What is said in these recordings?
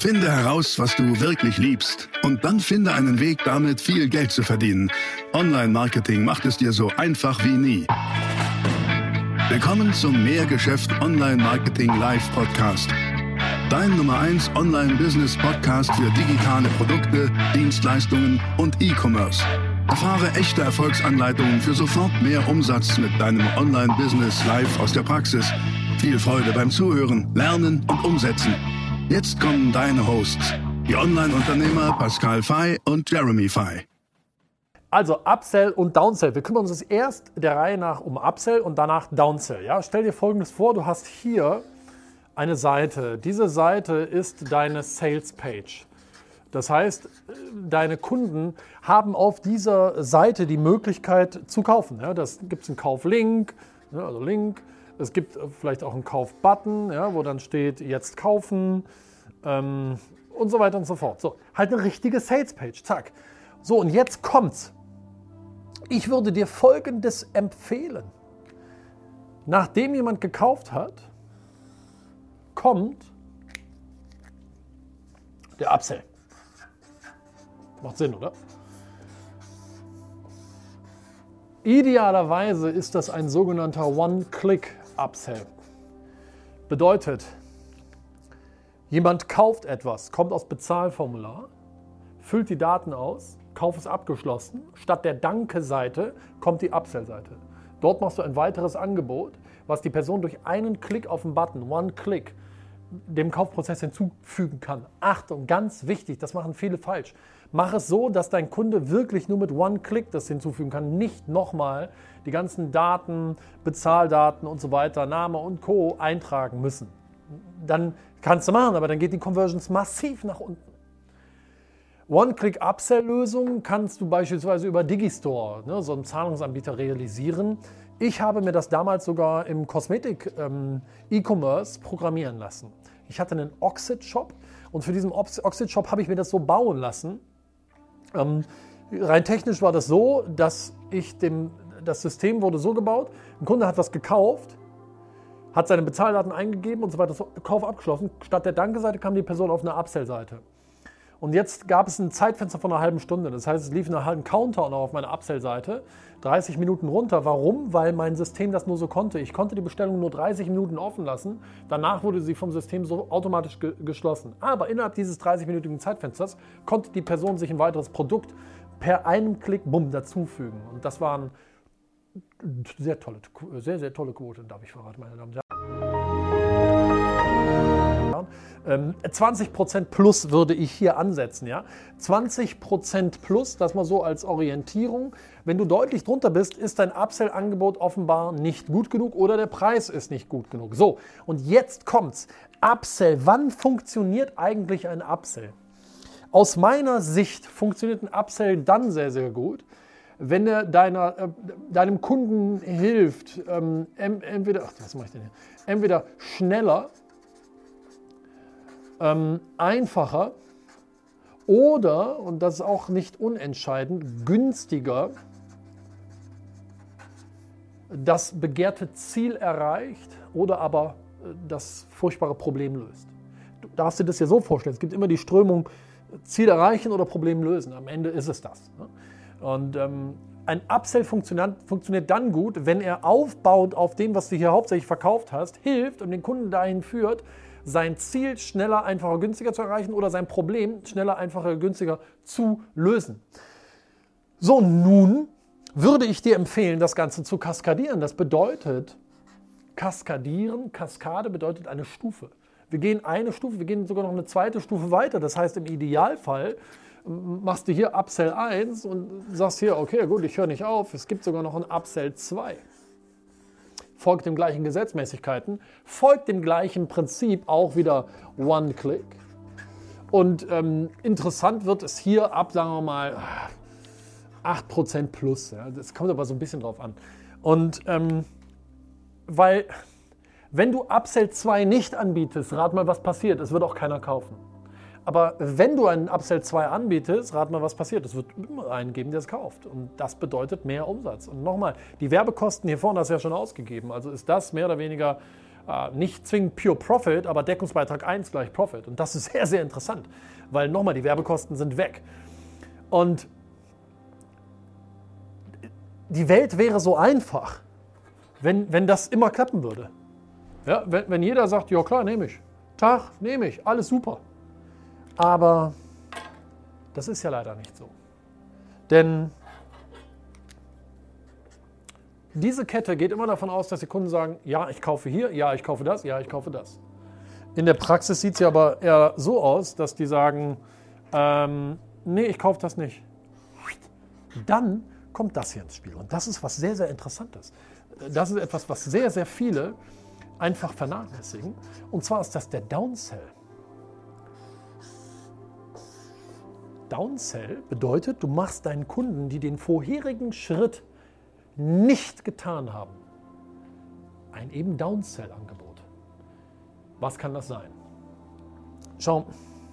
Finde heraus, was du wirklich liebst und dann finde einen Weg, damit viel Geld zu verdienen. Online-Marketing macht es dir so einfach wie nie. Willkommen zum Mehrgeschäft Online-Marketing Live-Podcast. Dein Nummer 1 Online-Business-Podcast für digitale Produkte, Dienstleistungen und E-Commerce. Erfahre echte Erfolgsanleitungen für sofort mehr Umsatz mit deinem Online-Business live aus der Praxis. Viel Freude beim Zuhören, Lernen und Umsetzen. Jetzt kommen deine Hosts, die Online-Unternehmer Pascal Fay und Jeremy Fay. Also Upsell und Downsell. Wir kümmern uns erst der Reihe nach um Upsell und danach Downsell. Ja? Stell dir Folgendes vor, du hast hier eine Seite. Diese Seite ist deine Sales Page. Das heißt, deine Kunden haben auf dieser Seite die Möglichkeit zu kaufen. Ja? Das gibt es einen Kauflink, also Link. Es gibt vielleicht auch einen Kaufbutton, ja, wo dann steht, jetzt kaufen und so weiter und so fort. So, halt eine richtige Sales-Page, zack. So, und jetzt kommt's. Ich würde dir Folgendes empfehlen. Nachdem jemand gekauft hat, kommt der Upsell. Macht Sinn, oder? Idealerweise ist das ein sogenannter One-Click-Upsell. Bedeutet, jemand kauft etwas, kommt aus Bezahlformular, füllt die Daten aus, Kauf ist abgeschlossen. Statt der Danke-Seite kommt die Upsell-Seite. Dort machst du ein weiteres Angebot, was die Person durch einen Klick auf den Button, One-Click, dem Kaufprozess hinzufügen kann. Achtung, ganz wichtig, das machen viele falsch. Mach es so, dass dein Kunde wirklich nur mit One-Click das hinzufügen kann, nicht nochmal die ganzen Daten, Bezahldaten und so weiter, Name und Co. eintragen müssen. Dann kannst du machen, aber dann geht die Conversions massiv nach unten. One-Click-Upsell-Lösungen kannst du beispielsweise über Digistore, so einen Zahlungsanbieter, realisieren. Ich habe mir das damals sogar im Kosmetik-E-Commerce programmieren lassen. Ich hatte einen Oxid-Shop und für diesen Oxid-Shop habe ich mir das so bauen lassen. Rein technisch war das so, dass das System wurde so gebaut, ein Kunde hat was gekauft, hat seine Bezahldaten eingegeben und so weiter, Kauf abgeschlossen. Statt der Danke-Seite kam die Person auf eine Upsell-Seite. Und jetzt gab es ein Zeitfenster von einer halben Stunde. Das heißt, es lief ein Counter auf meiner Upsell-Seite, 30 Minuten runter. Warum? Weil mein System das nur so konnte. Ich konnte die Bestellung nur 30 Minuten offen lassen. Danach wurde sie vom System so automatisch geschlossen. Aber innerhalb dieses 30-minütigen Zeitfensters konnte die Person sich ein weiteres Produkt per einem Klick, bumm, dazufügen. Und das war eine sehr, sehr tolle Quote, darf ich verraten, meine Damen und Herren. 20% plus würde ich hier ansetzen. Ja? 20% plus, das mal so als Orientierung. Wenn du deutlich drunter bist, ist dein Upsell-Angebot offenbar nicht gut genug oder der Preis ist nicht gut genug. So, und jetzt kommt's. Upsell. Wann funktioniert eigentlich ein Upsell? Aus meiner Sicht funktioniert ein Upsell dann sehr, sehr gut, wenn er deinem Kunden hilft, entweder schneller, einfacher oder, und das ist auch nicht unentscheidend, günstiger das begehrte Ziel erreicht oder aber das furchtbare Problem löst. Du darfst dir das ja so vorstellen, es gibt immer die Strömung Ziel erreichen oder Problem lösen. Am Ende ist es das. Und ein Upsell funktioniert dann gut, wenn er aufbaut auf dem, was du hier hauptsächlich verkauft hast, hilft und den Kunden dahin führt, sein Ziel schneller, einfacher, günstiger zu erreichen oder sein Problem schneller, einfacher, günstiger zu lösen. So, nun würde ich dir empfehlen, das Ganze zu kaskadieren. Das bedeutet, Kaskade bedeutet eine Stufe. Wir gehen eine Stufe, wir gehen sogar noch eine zweite Stufe weiter. Das heißt, im Idealfall machst du hier Upsell 1 und sagst hier, okay, gut, ich höre nicht auf, es gibt sogar noch ein Upsell 2. Folgt den gleichen Gesetzmäßigkeiten, folgt dem gleichen Prinzip, auch wieder One-Click. Und interessant wird es hier ab, sagen wir mal, 8% plus. Ja. Das kommt aber so ein bisschen drauf an. Und weil, wenn du Upsell 2 nicht anbietest, rat mal, was passiert. Es wird auch keiner kaufen. Aber wenn du einen Upsell 2 anbietest, rat mal, was passiert. Es wird immer einen geben, der es kauft. Und das bedeutet mehr Umsatz. Und nochmal, die Werbekosten hier vorne hast du ja schon ausgegeben. Also ist das mehr oder weniger Nicht zwingend Pure Profit, aber Deckungsbeitrag 1 gleich Profit. Und das ist sehr, sehr interessant, weil nochmal, die Werbekosten sind weg. Und die Welt wäre so einfach, wenn das immer klappen würde. Ja, wenn jeder sagt, ja klar, nehme ich. Tag, nehme ich, alles super. Aber das ist ja leider nicht so. Denn diese Kette geht immer davon aus, dass die Kunden sagen, ja, ich kaufe hier, ja, ich kaufe das, ja, ich kaufe das. In der Praxis sieht es ja aber eher so aus, dass die sagen, nee, ich kaufe das nicht. Dann kommt das hier ins Spiel. Und das ist was sehr, sehr Interessantes. Das ist etwas, was sehr, sehr viele einfach vernachlässigen. Und zwar ist das der Downsell. Downsell bedeutet, du machst deinen Kunden, die den vorherigen Schritt nicht getan haben, ein eben Downsell-Angebot. Was kann das sein? Schau,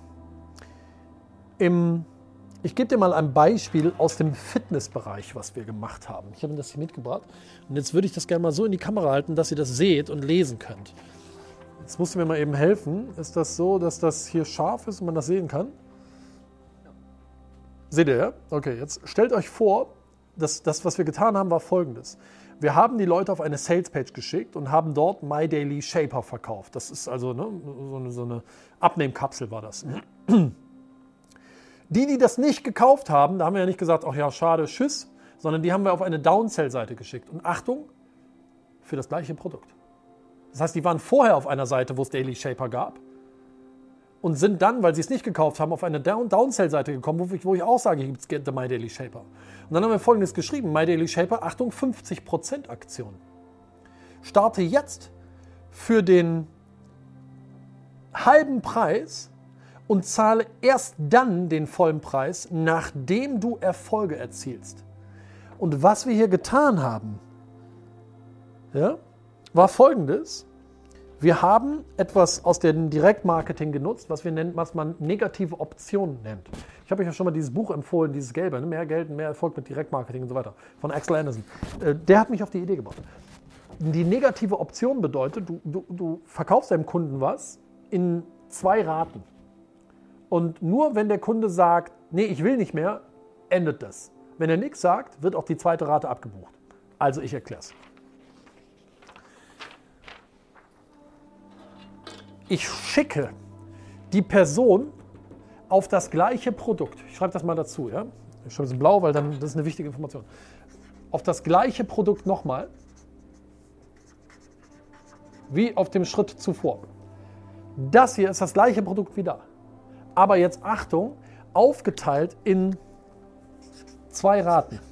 ich gebe dir mal ein Beispiel aus dem Fitnessbereich, was wir gemacht haben. Ich habe das hier mitgebracht und jetzt würde ich das gerne mal so in die Kamera halten, dass ihr das seht und lesen könnt. Jetzt musst du mir mal eben helfen. Ist das so, dass das hier scharf ist und man das sehen kann? Seht ihr, ja? Okay, jetzt stellt euch vor, das, was wir getan haben, war Folgendes. Wir haben die Leute auf eine Salespage geschickt und haben dort My Daily Shaper verkauft. Das ist also so eine Abnehmkapsel war das. Die das nicht gekauft haben, da haben wir ja nicht gesagt, ach ja, schade, tschüss, sondern die haben wir auf eine Downsell-Seite geschickt. Und Achtung, für das gleiche Produkt. Das heißt, die waren vorher auf einer Seite, wo es Daily Shaper gab und sind dann, weil sie es nicht gekauft haben, auf eine Downsell-Seite gekommen, wo ich auch sage, hier gibt es My Daily Shaper. Und dann haben wir Folgendes geschrieben, My Daily Shaper, Achtung, 50% Aktion. Starte jetzt für den halben Preis und zahle erst dann den vollen Preis, nachdem du Erfolge erzielst. Und was wir hier getan haben, ja, war Folgendes. Wir haben etwas aus dem Direktmarketing genutzt, was man negative Optionen nennt. Ich habe euch ja schon mal dieses Buch empfohlen, dieses Gelbe, ne? Mehr Geld, mehr Erfolg mit Direktmarketing und so weiter, von Axel Anderson. Der hat mich auf die Idee gebracht. Die negative Option bedeutet, du verkaufst deinem Kunden was in 2 Raten. Und nur wenn der Kunde sagt, nee, ich will nicht mehr, endet das. Wenn er nichts sagt, wird auch die 2. Rate abgebucht. Also ich erkläre es. Ich schicke die Person auf das gleiche Produkt. Ich schreibe das mal dazu. Ja? Ich schreibe es in blau, weil dann das ist eine wichtige Information. Auf das gleiche Produkt nochmal, wie auf dem Schritt zuvor. Das hier ist das gleiche Produkt wie da. Aber jetzt Achtung, aufgeteilt in 2 Raten.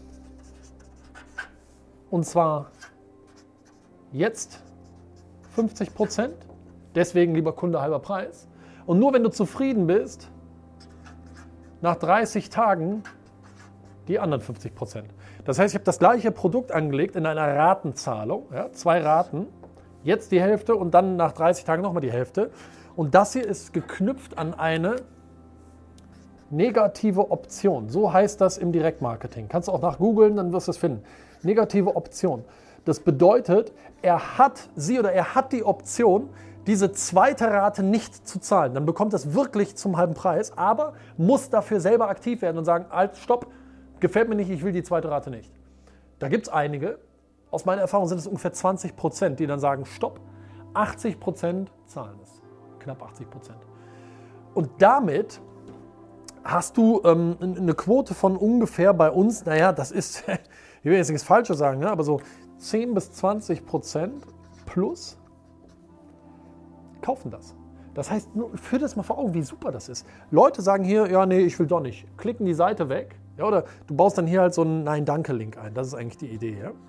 Und zwar jetzt 50%. Deswegen lieber Kunde halber Preis. Und nur wenn du zufrieden bist, nach 30 Tagen die anderen 50%. Das heißt, ich habe das gleiche Produkt angelegt in einer Ratenzahlung, ja, 2 Raten, jetzt die Hälfte und dann nach 30 Tagen nochmal die Hälfte. Und das hier ist geknüpft an eine negative Option. So heißt das im Direktmarketing. Kannst du auch nach googeln, dann wirst du es finden. Negative Option. Das bedeutet, sie oder er hat die Option, diese 2. Rate nicht zu zahlen. Dann bekommt es wirklich zum halben Preis, aber muss dafür selber aktiv werden und sagen, halt, stopp, gefällt mir nicht, ich will die 2. Rate nicht. Da gibt es einige, aus meiner Erfahrung sind es ungefähr 20%, die dann sagen, stopp, 80% zahlen es. Knapp 80%. Und damit hast du eine Quote von ungefähr bei uns, naja, das ist, ich will jetzt nichts Falsches sagen, ne, aber so 10 bis 20% plus kaufen das. Das heißt, führ das mal vor Augen, wie super das ist. Leute sagen hier, ja, nee, ich will doch nicht. Klicken die Seite weg. Ja, oder du baust dann hier halt so einen Nein-Danke-Link ein. Das ist eigentlich die Idee. Ja?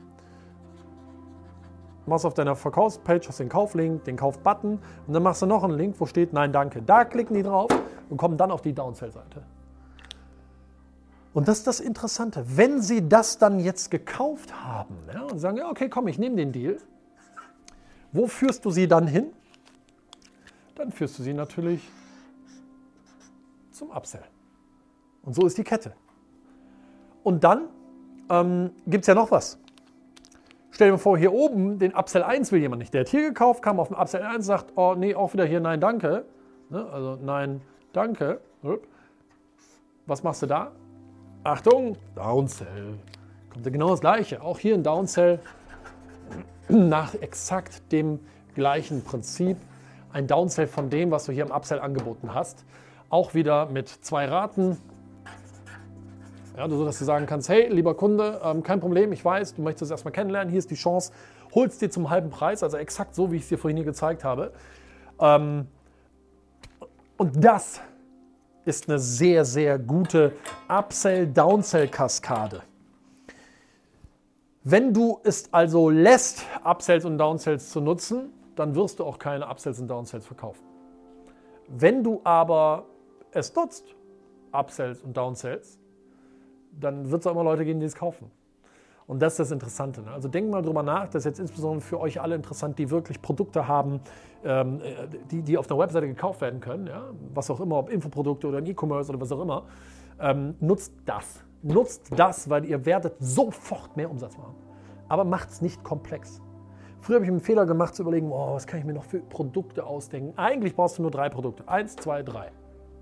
Du machst auf deiner Verkaufspage, hast den Kauflink, den Kauf-Button und dann machst du noch einen Link, wo steht Nein, danke. Da klicken die drauf und kommen dann auf die Downsell-Seite. Und das ist das Interessante. Wenn sie das dann jetzt gekauft haben, ja, und sagen, ja, okay, komm, ich nehme den Deal. Wo führst du sie dann hin? Dann führst du sie natürlich zum Upsell. Und so ist die Kette. Und dann gibt es ja noch was. Stell dir vor, hier oben den Upsell 1 will jemand nicht. Der hat hier gekauft, kam auf den Upsell 1 und sagt, oh nee, auch wieder hier, nein, danke. Ne? Also nein, danke. Was machst du da? Achtung, Downsell. Kommt ja genau das Gleiche. Auch hier ein Downsell nach exakt dem gleichen Prinzip. Ein Downsell von dem, was du hier im Upsell angeboten hast. Auch wieder mit 2 Raten. Ja, so dass du sagen kannst, hey, lieber Kunde, kein Problem, ich weiß, du möchtest es erstmal kennenlernen, hier ist die Chance, holst dir zum halben Preis, also exakt so, wie ich es dir vorhin hier gezeigt habe. Und das ist eine sehr, sehr gute Upsell-Downsell-Kaskade. Wenn du es also lässt, Upsells und Downsells zu nutzen, dann wirst du auch keine Upsells und Downsells verkaufen. Wenn du aber es nutzt, Upsells und Downsells, dann wird es auch immer Leute geben, die es kaufen. Und das ist das Interessante. Ne? Also denkt mal drüber nach, das ist jetzt insbesondere für euch alle interessant, die wirklich Produkte haben, die auf einer Webseite gekauft werden können, ja? Was auch immer, ob Infoprodukte oder ein E-Commerce oder was auch immer. Nutzt das. Nutzt das, weil ihr werdet sofort mehr Umsatz machen. Aber macht es nicht komplex. Früher habe ich einen Fehler gemacht, zu überlegen, oh, was kann ich mir noch für Produkte ausdenken. Eigentlich brauchst du nur 3 Produkte. 1, 2, 3.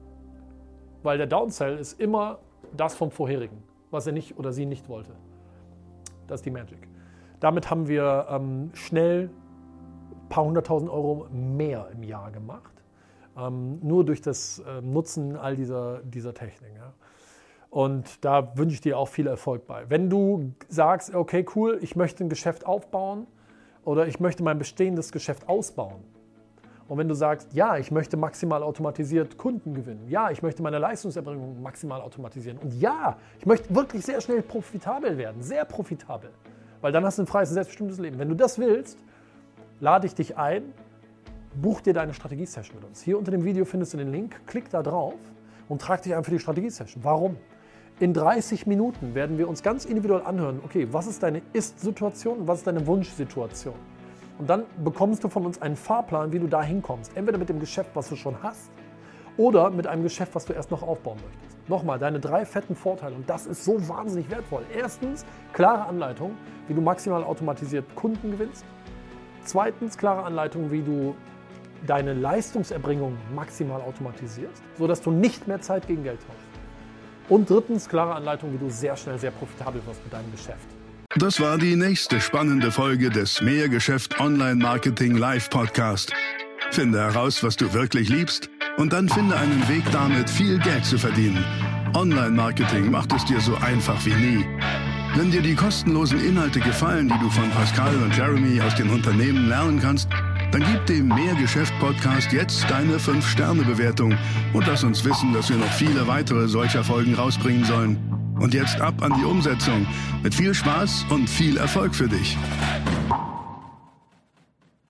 Weil der Downsell ist immer das vom vorherigen, was er nicht oder sie nicht wollte. Das ist die Magic. Damit haben wir schnell ein paar 100.000 Euro mehr im Jahr gemacht. Nur durch das Nutzen all dieser Technik. Ja. Und da wünsche ich dir auch viel Erfolg bei. Wenn du sagst, okay, cool, ich möchte ein Geschäft aufbauen oder ich möchte mein bestehendes Geschäft ausbauen. Und wenn du sagst, ja, ich möchte maximal automatisiert Kunden gewinnen. Ja, ich möchte meine Leistungserbringung maximal automatisieren. Und ja, ich möchte wirklich sehr schnell profitabel werden. Sehr profitabel. Weil dann hast du ein freies und selbstbestimmtes Leben. Wenn du das willst, lade ich dich ein, buch dir deine Strategie-Session mit uns. Hier unter dem Video findest du den Link, klick da drauf und trag dich ein für die Strategie-Session. Warum? In 30 Minuten werden wir uns ganz individuell anhören, okay, was ist deine Ist-Situation und was ist deine Wunschsituation? Und dann bekommst du von uns einen Fahrplan, wie du da hinkommst. Entweder mit dem Geschäft, was du schon hast, oder mit einem Geschäft, was du erst noch aufbauen möchtest. Nochmal, deine 3 fetten Vorteile. Und das ist so wahnsinnig wertvoll. Erstens, klare Anleitung, wie du maximal automatisiert Kunden gewinnst. Zweitens, klare Anleitung, wie du deine Leistungserbringung maximal automatisierst, sodass du nicht mehr Zeit gegen Geld tauschst. Und drittens, klare Anleitung, wie du sehr schnell sehr profitabel wirst mit deinem Geschäft. Das war die nächste spannende Folge des Mehrgeschäft Online Marketing Live Podcast. Finde heraus, was du wirklich liebst und dann finde einen Weg damit, viel Geld zu verdienen. Online Marketing macht es dir so einfach wie nie. Wenn dir die kostenlosen Inhalte gefallen, die du von Pascal und Jeremy aus den Unternehmen lernen kannst, dann gib dem Mehrgeschäft-Podcast jetzt deine 5-Sterne-Bewertung und lass uns wissen, dass wir noch viele weitere solcher Folgen rausbringen sollen. Und jetzt ab an die Umsetzung. Mit viel Spaß und viel Erfolg für dich.